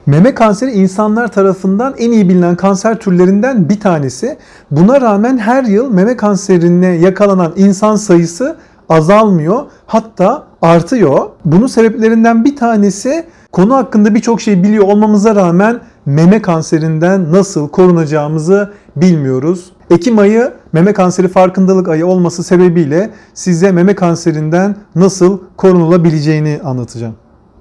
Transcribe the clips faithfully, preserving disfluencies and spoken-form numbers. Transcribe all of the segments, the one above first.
Meme kanseri insanlar tarafından en iyi bilinen kanser türlerinden bir tanesi. Buna rağmen her yıl meme kanserine yakalanan insan sayısı azalmıyor, hatta artıyor. Bunun sebeplerinden bir tanesi konu hakkında birçok şey biliyor olmamıza rağmen meme kanserinden nasıl korunacağımızı bilmiyoruz. Ekim ayı meme kanseri farkındalık ayı olması sebebiyle size meme kanserinden nasıl korunulabileceğini anlatacağım.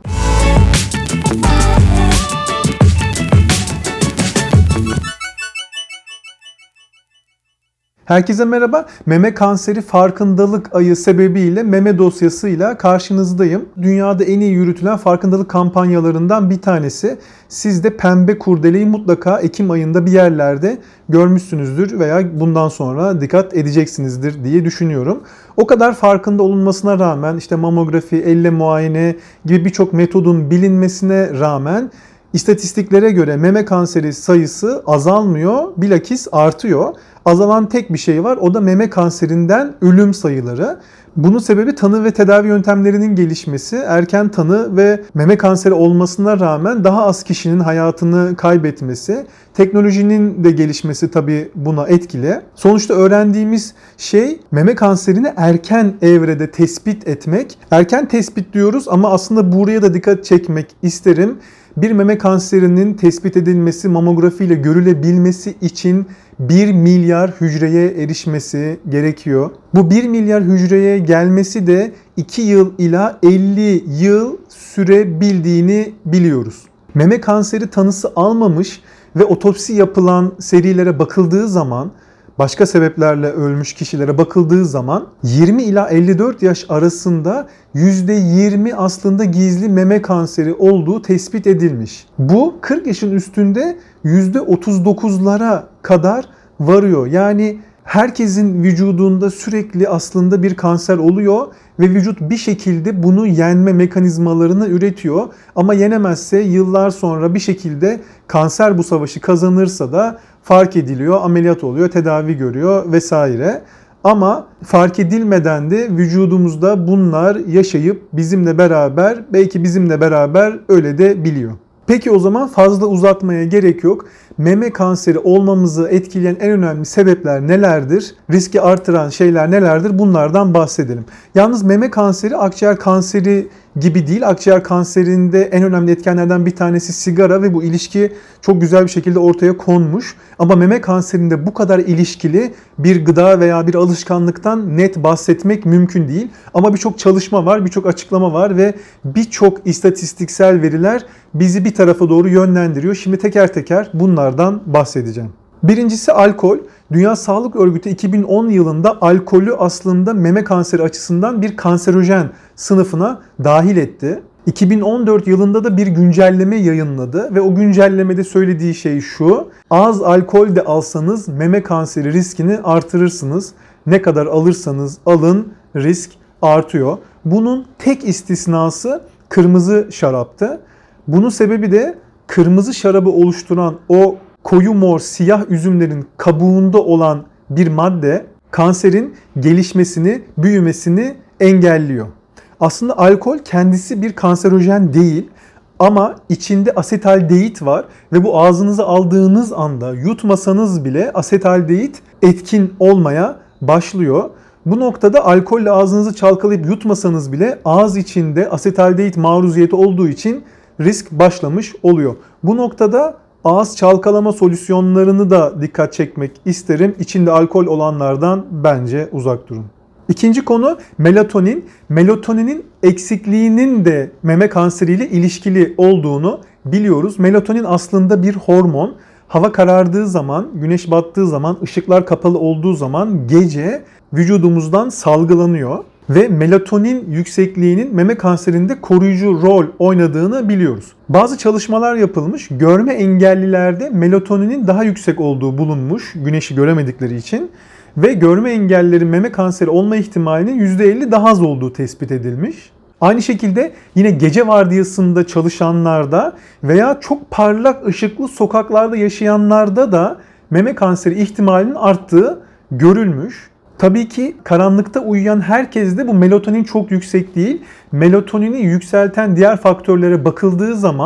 Herkese merhaba. Meme kanseri farkındalık ayı sebebiyle meme dosyasıyla karşınızdayım. Dünyada en iyi yürütülen farkındalık kampanyalarından bir tanesi. Siz de pembe kurdeleyi mutlaka Ekim ayında bir yerlerde görmüşsünüzdür veya bundan sonra dikkat edeceksinizdir diye düşünüyorum. O kadar farkında olunmasına rağmen işte mamografi, elle muayene gibi birçok metodun bilinmesine rağmen İstatistiklere göre meme kanseri sayısı azalmıyor, bilakis artıyor. Azalan tek bir şey var, o da meme kanserinden ölüm sayıları. Bunun sebebi tanı ve tedavi yöntemlerinin gelişmesi, erken tanı ve meme kanseri olmasına rağmen daha az kişinin hayatını kaybetmesi, teknolojinin de gelişmesi tabii buna etkili. Sonuçta öğrendiğimiz şey meme kanserini erken evrede tespit etmek. Erken tespit diyoruz ama aslında buraya da dikkat çekmek isterim. Bir meme kanserinin tespit edilmesi, mamografiyle görülebilmesi için bir milyar hücreye erişmesi gerekiyor. Bu bir milyar hücreye gelmesi de iki yıl ila elli yıl sürebildiğini biliyoruz. Meme kanseri tanısı almamış ve otopsi yapılan serilere bakıldığı zaman, başka sebeplerle ölmüş kişilere bakıldığı zaman yirmi ila elli dört yaş arasında yüzde yirmi aslında gizli meme kanseri olduğu tespit edilmiş. Bu kırk yaşın üstünde yüzde otuz dokuzlara kadar varıyor. Yani herkesin vücudunda sürekli aslında bir kanser oluyor ve vücut bir şekilde bunu yenme mekanizmalarını üretiyor. Ama yenemezse yıllar sonra bir şekilde kanser bu savaşı kazanırsa da fark ediliyor, ameliyat oluyor, tedavi görüyor vesaire. Ama fark edilmeden de vücudumuzda bunlar yaşayıp bizimle beraber, belki bizimle beraber öyle de biliyor. Peki o zaman fazla uzatmaya gerek yok. Meme kanseri olmamızı etkileyen en önemli sebepler nelerdir? Riski artıran şeyler nelerdir? Bunlardan bahsedelim. Yalnız meme kanseri akciğer kanseri gibi değil. Akciğer kanserinde en önemli etkenlerden bir tanesi sigara ve bu ilişki çok güzel bir şekilde ortaya konmuş. Ama meme kanserinde bu kadar ilişkili bir gıda veya bir alışkanlıktan net bahsetmek mümkün değil. Ama birçok çalışma var, birçok açıklama var ve birçok istatistiksel veriler bizi bir tarafa doğru yönlendiriyor. Şimdi teker teker bunlardan bahsedeceğim. Birincisi alkol. Dünya Sağlık Örgütü iki bin on yılında alkolü aslında meme kanseri açısından bir kanserojen sınıfına dahil etti. iki bin on dört yılında da bir güncelleme yayınladı ve o güncellemede söylediği şey şu: az alkol de alsanız meme kanseri riskini artırırsınız. Ne kadar alırsanız alın risk artıyor. Bunun tek istisnası kırmızı şaraptı. Bunun sebebi de kırmızı şarabı oluşturan o koyu mor siyah üzümlerin kabuğunda olan bir madde kanserin gelişmesini, büyümesini engelliyor. Aslında alkol kendisi bir kanserojen değil ama içinde asetaldehit var ve bu ağzınıza aldığınız anda yutmasanız bile asetaldehit etkin olmaya başlıyor. Bu noktada alkolle ağzınızı çalkalayıp yutmasanız bile ağız içinde asetaldehit maruziyeti olduğu için risk başlamış oluyor. Bu noktada ağız çalkalama solüsyonlarını da dikkat çekmek isterim. İçinde alkol olanlardan bence uzak durun. İkinci konu melatonin. Melatoninin eksikliğinin de meme kanseriyle ilişkili olduğunu biliyoruz. Melatonin aslında bir hormon. Hava karardığı zaman, güneş battığı zaman, ışıklar kapalı olduğu zaman gece vücudumuzdan salgılanıyor. Ve melatonin yüksekliğinin meme kanserinde koruyucu rol oynadığını biliyoruz. Bazı çalışmalar yapılmış. Görme engellilerde melatoninin daha yüksek olduğu bulunmuş güneşi göremedikleri için. Ve görme engellilerin meme kanseri olma ihtimalinin yüzde elli daha az olduğu tespit edilmiş. Aynı şekilde yine gece vardiyasında çalışanlarda veya çok parlak ışıklı sokaklarda yaşayanlarda da meme kanseri ihtimalinin arttığı görülmüş. Tabii ki karanlıkta uyuyan herkeste bu melatonin çok yüksek değil. Melatonini yükselten diğer faktörlere bakıldığı zaman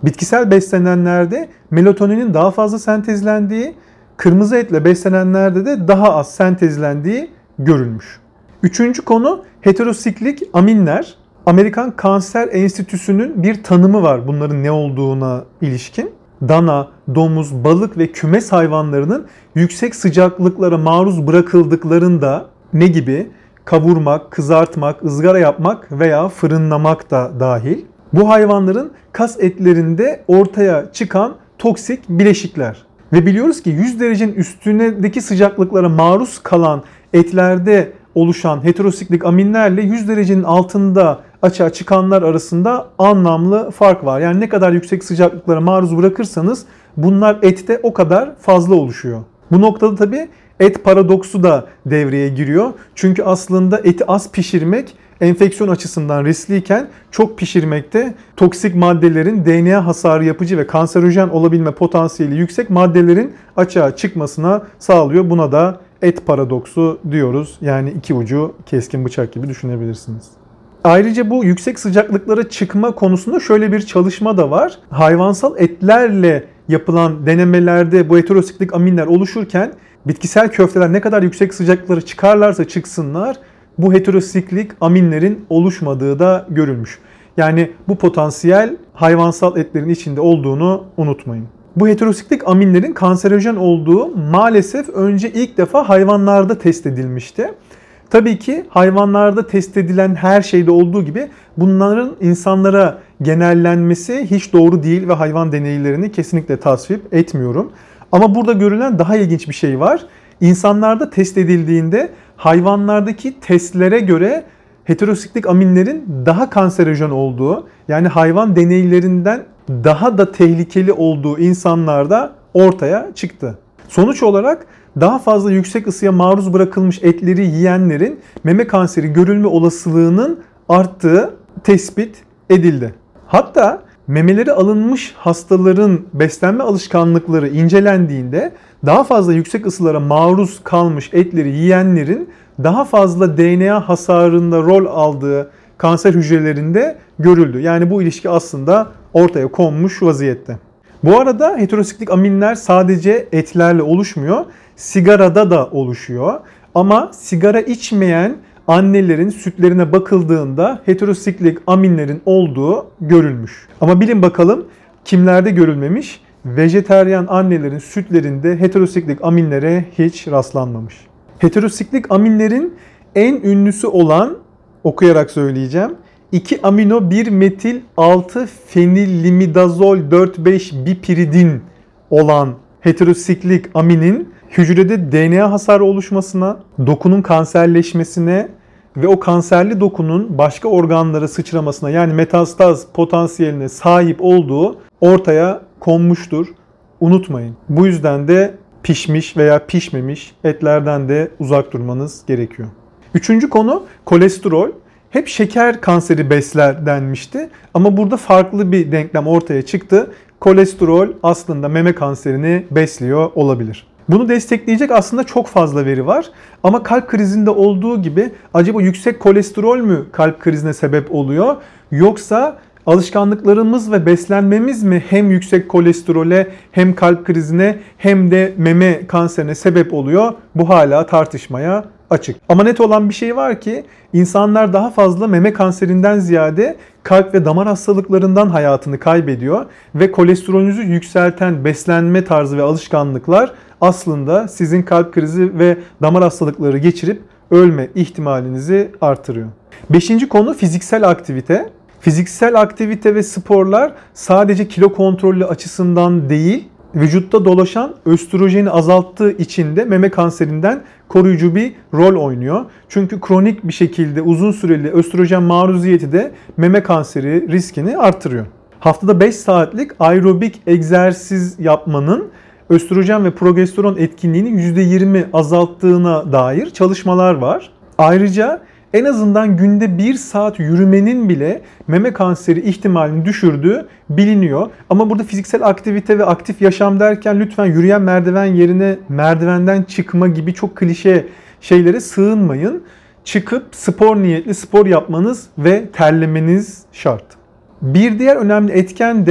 Bitkisel beslenenlerde melatoninin daha fazla sentezlendiği, kırmızı etle beslenenlerde de daha az sentezlendiği görülmüş. Üçüncü konu heterosiklik aminler. Amerikan Kanser Enstitüsü'nün bir tanımı var bunların ne olduğuna ilişkin. Dana, domuz, balık ve kümes hayvanlarının yüksek sıcaklıklara maruz bırakıldıklarında ne gibi? Kavurmak, kızartmak, ızgara yapmak veya fırınlamak da dahil. Bu hayvanların kas etlerinde ortaya çıkan toksik bileşikler. Ve biliyoruz ki yüz derecenin üstündeki sıcaklıklara maruz kalan etlerde oluşan heterosiklik aminlerle yüz derecenin altında açığa çıkanlar arasında anlamlı fark var. Yani ne kadar yüksek sıcaklıklara maruz bırakırsanız bunlar ette o kadar fazla oluşuyor. Bu noktada tabii et paradoksu da devreye giriyor. Çünkü aslında eti az pişirmek enfeksiyon açısından riskliyken çok pişirmekte toksik maddelerin D N A hasarı yapıcı ve kanserojen olabilme potansiyeli yüksek maddelerin açığa çıkmasına sağlıyor. Buna da et paradoksu diyoruz. Yani iki ucu keskin bıçak gibi düşünebilirsiniz. Ayrıca bu yüksek sıcaklıklara çıkma konusunda şöyle bir çalışma da var. Hayvansal etlerle yapılan denemelerde bu heterosiklik aminler oluşurken bitkisel köfteler ne kadar yüksek sıcaklıklara çıkarlarsa çıksınlar bu heterosiklik aminlerin oluşmadığı da görülmüş. Yani bu potansiyel hayvansal etlerin içinde olduğunu unutmayın. Bu heterosiklik aminlerin kanserojen olduğu maalesef önce ilk defa hayvanlarda test edilmişti. Tabii ki hayvanlarda test edilen her şeyde olduğu gibi bunların insanlara genellenmesi hiç doğru değil ve hayvan deneylerini kesinlikle tasvip etmiyorum. Ama burada görülen daha ilginç bir şey var. İnsanlarda test edildiğinde hayvanlardaki testlere göre heterosiklik aminlerin daha kanserojen olduğu, yani hayvan deneylerinden daha da tehlikeli olduğu insanlarda ortaya çıktı. Sonuç olarak daha fazla yüksek ısıya maruz bırakılmış etleri yiyenlerin meme kanseri görülme olasılığının arttığı tespit edildi. Hatta memeleri alınmış hastaların beslenme alışkanlıkları incelendiğinde daha fazla yüksek ısılara maruz kalmış etleri yiyenlerin daha fazla D N A hasarında rol aldığı kanser hücrelerinde görüldü. Yani bu ilişki aslında ortaya konmuş vaziyette. Bu arada heterosiklik aminler sadece etlerle oluşmuyor, sigarada da oluşuyor. Ama sigara içmeyen annelerin sütlerine bakıldığında heterosiklik aminlerin olduğu görülmüş. Ama bilin bakalım kimlerde görülmemiş? Vejeteryan annelerin sütlerinde heterosiklik aminlere hiç rastlanmamış. Heterosiklik aminlerin en ünlüsü olan, okuyarak söyleyeceğim, iki amino bir metil altı fenillimidazol dört beş bipiridin olan heterosiklik aminin hücrede D N A hasarı oluşmasına, dokunun kanserleşmesine ve o kanserli dokunun başka organlara sıçramasına, yani metastaz potansiyeline sahip olduğu ortaya konmuştur. Unutmayın. Bu yüzden de pişmiş veya pişmemiş etlerden de uzak durmanız gerekiyor. Üçüncü konu kolesterol. Hep şeker kanseri besler denmişti ama burada farklı bir denklem ortaya çıktı. Kolesterol aslında meme kanserini besliyor olabilir. Bunu destekleyecek aslında çok fazla veri var. Ama kalp krizinde olduğu gibi acaba yüksek kolesterol mü kalp krizine sebep oluyor? Yoksa alışkanlıklarımız ve beslenmemiz mi hem yüksek kolesterole hem kalp krizine hem de meme kanserine sebep oluyor? Bu hala tartışmaya açık. Ama net olan bir şey var ki insanlar daha fazla meme kanserinden ziyade kalp ve damar hastalıklarından hayatını kaybediyor ve kolesterolünüzü yükselten beslenme tarzı ve alışkanlıklar aslında sizin kalp krizi ve damar hastalıkları geçirip ölme ihtimalinizi artırıyor. Beşinci konu fiziksel aktivite. Fiziksel aktivite ve sporlar sadece kilo kontrolü açısından değil, vücutta dolaşan östrojeni azalttığı için de meme kanserinden koruyucu bir rol oynuyor. Çünkü kronik bir şekilde uzun süreli östrojen maruziyeti de meme kanseri riskini artırıyor. Haftada beş saatlik aerobik egzersiz yapmanın östrojen ve progesteron etkinliğini yüzde yirmi azalttığına dair çalışmalar var. Ayrıca en azından günde bir saat yürümenin bile meme kanseri ihtimalini düşürdüğü biliniyor. Ama burada fiziksel aktivite ve aktif yaşam derken lütfen yürüyen merdiven yerine merdivenden çıkma gibi çok klişe şeylere sığınmayın. Çıkıp spor niyetli spor yapmanız ve terlemeniz şart. Bir diğer önemli etken de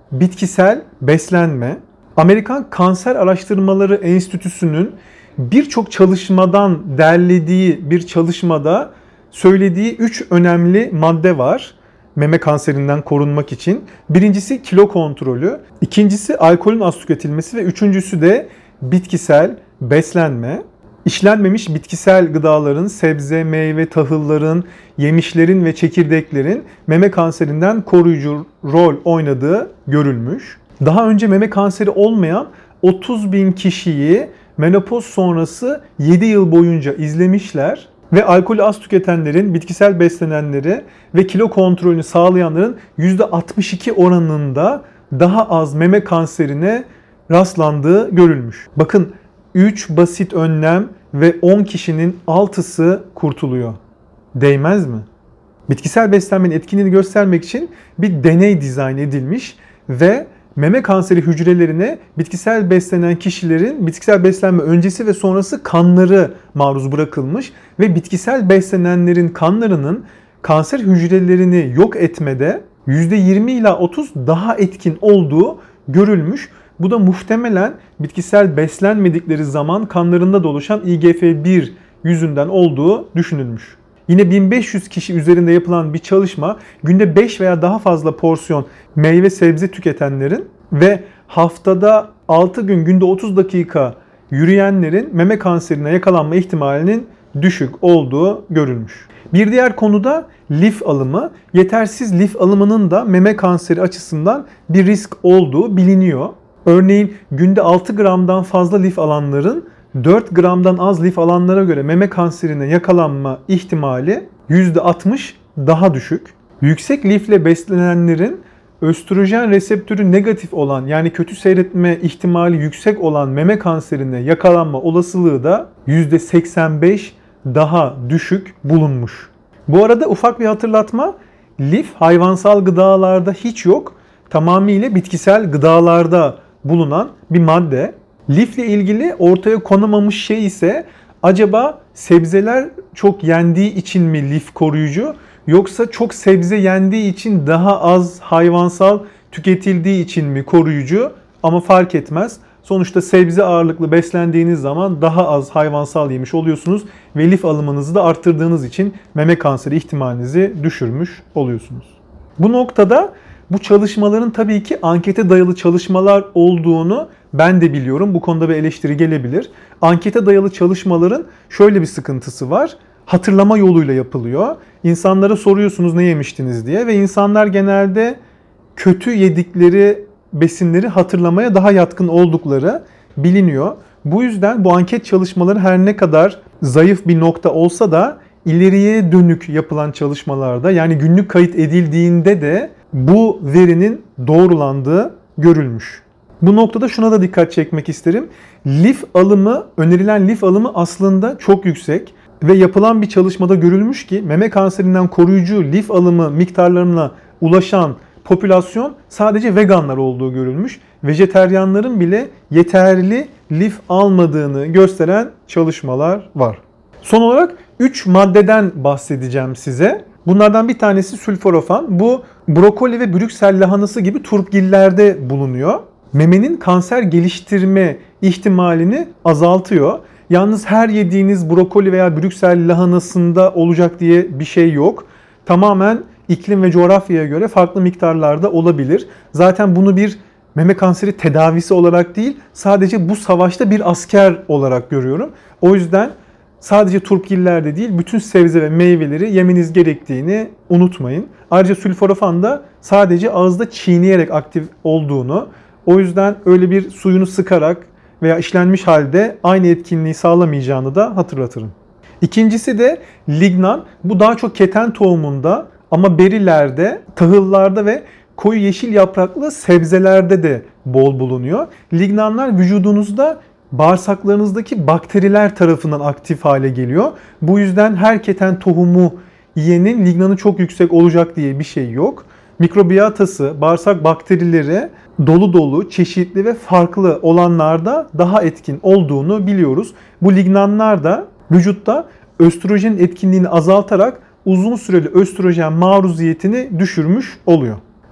bitkisel beslenme. Amerikan Kanser Araştırmaları Enstitüsü'nün birçok çalışmadan derlediği bir çalışmada söylediği üç önemli madde var meme kanserinden korunmak için. Birincisi kilo kontrolü, ikincisi alkolün az tüketilmesi ve üçüncüsü de bitkisel beslenme. İşlenmemiş bitkisel gıdaların, sebze, meyve, tahılların, yemişlerin ve çekirdeklerin meme kanserinden koruyucu rol oynadığı görülmüş. Daha önce meme kanseri olmayan otuz bin kişiyi menopoz sonrası yedi yıl boyunca izlemişler ve alkolü az tüketenlerin, bitkisel beslenenleri ve kilo kontrolünü sağlayanların yüzde altmış iki oranında daha az meme kanserine rastlandığı görülmüş. Bakın, üç basit önlem ve on kişinin altısı kurtuluyor. Değmez mi? Bitkisel beslenmenin etkinliğini göstermek için bir deney dizayn edilmiş ve meme kanseri hücrelerine bitkisel beslenen kişilerin bitkisel beslenme öncesi ve sonrası kanları maruz bırakılmış ve bitkisel beslenenlerin kanlarının kanser hücrelerini yok etmede yüzde yirmi ila otuz daha etkin olduğu görülmüş. Bu da muhtemelen bitkisel beslenmedikleri zaman kanlarında da oluşan I G F bir yüzünden olduğu düşünülmüş. Yine bin beş yüz kişi üzerinde yapılan bir çalışma günde beş veya daha fazla porsiyon meyve sebze tüketenlerin ve haftada altı gün günde otuz dakika yürüyenlerin meme kanserine yakalanma ihtimalinin düşük olduğu görülmüş. Bir diğer konuda lif alımı. Yetersiz lif alımının da meme kanseri açısından bir risk olduğu biliniyor. Örneğin günde altı gramdan fazla lif alanların dört gramdan az lif alanlara göre meme kanserine yakalanma ihtimali yüzde altmış daha düşük. Yüksek lifle beslenenlerin östrojen reseptörü negatif olan, yani kötü seyretme ihtimali yüksek olan meme kanserine yakalanma olasılığı da yüzde seksen beş daha düşük bulunmuş. Bu arada ufak bir hatırlatma, lif hayvansal gıdalarda hiç yok. Tamamıyla bitkisel gıdalarda bulunan bir madde. Lifle ilgili ortaya konamamış şey ise acaba sebzeler çok yendiği için mi lif koruyucu, yoksa çok sebze yendiği için daha az hayvansal tüketildiği için mi koruyucu? Ama fark etmez. Sonuçta sebze ağırlıklı beslendiğiniz zaman daha az hayvansal yemiş oluyorsunuz ve lif alımınızı da arttırdığınız için meme kanseri ihtimalinizi düşürmüş oluyorsunuz. Bu noktada bu çalışmaların tabii ki ankete dayalı çalışmalar olduğunu ben de biliyorum. Bu konuda bir eleştiri gelebilir. Ankete dayalı çalışmaların şöyle bir sıkıntısı var. Hatırlama yoluyla yapılıyor. İnsanlara soruyorsunuz ne yemiştiniz diye ve insanlar genelde kötü yedikleri besinleri hatırlamaya daha yatkın oldukları biliniyor. Bu yüzden bu anket çalışmaları her ne kadar zayıf bir nokta olsa da ileriye dönük yapılan çalışmalarda, yani günlük kayıt edildiğinde de bu verinin doğrulandığı görülmüş. Bu noktada şuna da dikkat çekmek isterim. Lif alımı, önerilen lif alımı aslında çok yüksek ve yapılan bir çalışmada görülmüş ki meme kanserinden koruyucu lif alımı miktarlarına ulaşan popülasyon sadece veganlar olduğu görülmüş. Vejeteryanların bile yeterli lif almadığını gösteren çalışmalar var. Son olarak üç maddeden bahsedeceğim size. Bunlardan bir tanesi sülforafan. Bu brokoli ve Brüksel lahanası gibi turpgillerde bulunuyor. Memenin kanser geliştirme ihtimalini azaltıyor. Yalnız her yediğiniz brokoli veya Brüksel lahanasında olacak diye bir şey yok. Tamamen iklim ve coğrafyaya göre farklı miktarlarda olabilir. Zaten bunu bir meme kanseri tedavisi olarak değil, sadece bu savaşta bir asker olarak görüyorum. O yüzden sadece turpgillerde değil, bütün sebze ve meyveleri yemeniz gerektiğini unutmayın. Ayrıca sülforafan da sadece ağızda çiğneyerek aktif olduğunu, o yüzden öyle bir suyunu sıkarak veya işlenmiş halde aynı etkinliği sağlamayacağını da hatırlatırım. İkincisi de lignan. Bu daha çok keten tohumunda ama berilerde, tahıllarda ve koyu yeşil yapraklı sebzelerde de bol bulunuyor. Lignanlar vücudunuzda bağırsaklarınızdaki bakteriler tarafından aktif hale geliyor. Bu yüzden her keten tohumu yiyenin lignanı çok yüksek olacak diye bir şey yok. Mikrobiyatası, bağırsak bakterileri dolu dolu, çeşitli ve farklı olanlarda daha etkin olduğunu biliyoruz. Bu lignanlar da vücutta östrojenin etkinliğini azaltarak uzun süreli östrojen maruziyetini düşürmüş oluyor.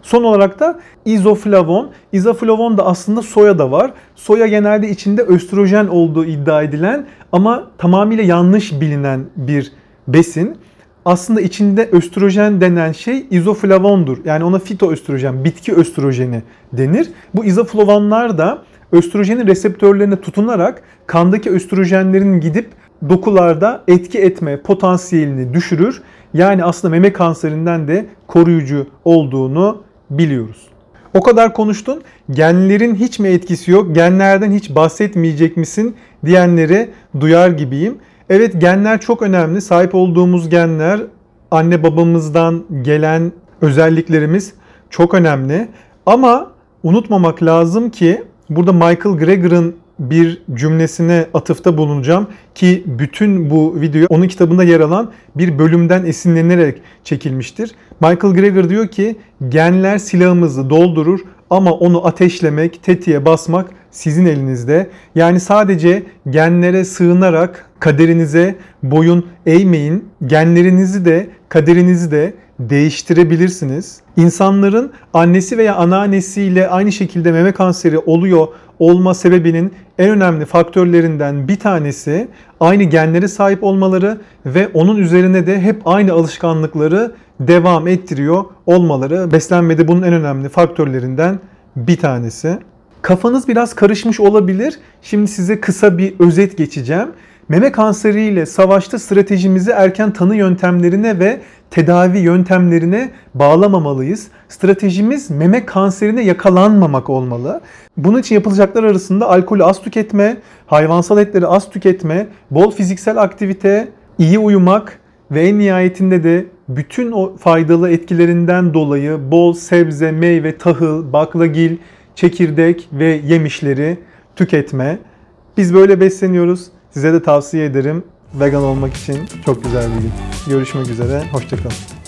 Son olarak da izoflavon. İzoflavon da aslında soyada var. Soya genelde içinde östrojen olduğu iddia edilen ama tamamıyla yanlış bilinen bir besin. Aslında içinde östrojen denen şey izoflavondur. Yani ona fitoöstrojen, bitki östrojeni denir. Bu izoflavonlar da östrojenin reseptörlerine tutunarak kandaki östrojenlerin gidip dokularda etki etme potansiyelini düşürür. Yani aslında meme kanserinden de koruyucu olduğunu biliyoruz. O kadar konuştun, genlerin hiç mi etkisi yok, genlerden hiç bahsetmeyecek misin diyenleri duyar gibiyim. Evet, genler çok önemli. Sahip olduğumuz genler, anne babamızdan gelen özelliklerimiz çok önemli. Ama unutmamak lazım ki burada Michael Greger'ın bir cümlesine atıfta bulunacağım ki bütün bu video onun kitabında yer alan bir bölümden esinlenerek çekilmiştir. Michael Greger diyor ki genler silahımızı doldurur ama onu ateşlemek, tetiğe basmak sizin elinizde. Yani sadece genlere sığınarak kaderinize boyun eğmeyin. Genlerinizi de kaderinizi de değiştirebilirsiniz. İnsanların annesi veya anneannesiyle aynı şekilde meme kanseri oluyor olma sebebinin en önemli faktörlerinden bir tanesi aynı genlere sahip olmaları ve onun üzerine de hep aynı alışkanlıkları devam ettiriyor olmaları. Beslenmede bunun en önemli faktörlerinden bir tanesi. Kafanız biraz karışmış olabilir. Şimdi size kısa bir özet geçeceğim. Meme kanseriyle savaşta stratejimizi erken tanı yöntemlerine ve tedavi yöntemlerine bağlamamalıyız. Stratejimiz meme kanserine yakalanmamak olmalı. Bunun için yapılacaklar arasında alkolü az tüketme, hayvansal etleri az tüketme, bol fiziksel aktivite, iyi uyumak ve en nihayetinde de bütün o faydalı etkilerinden dolayı bol sebze, meyve, tahıl, baklagil, çekirdek ve yemişleri tüketme. Biz böyle besleniyoruz. Size de tavsiye ederim. Vegan olmak için çok güzel bir gün. Görüşmek üzere. Hoşça kalın.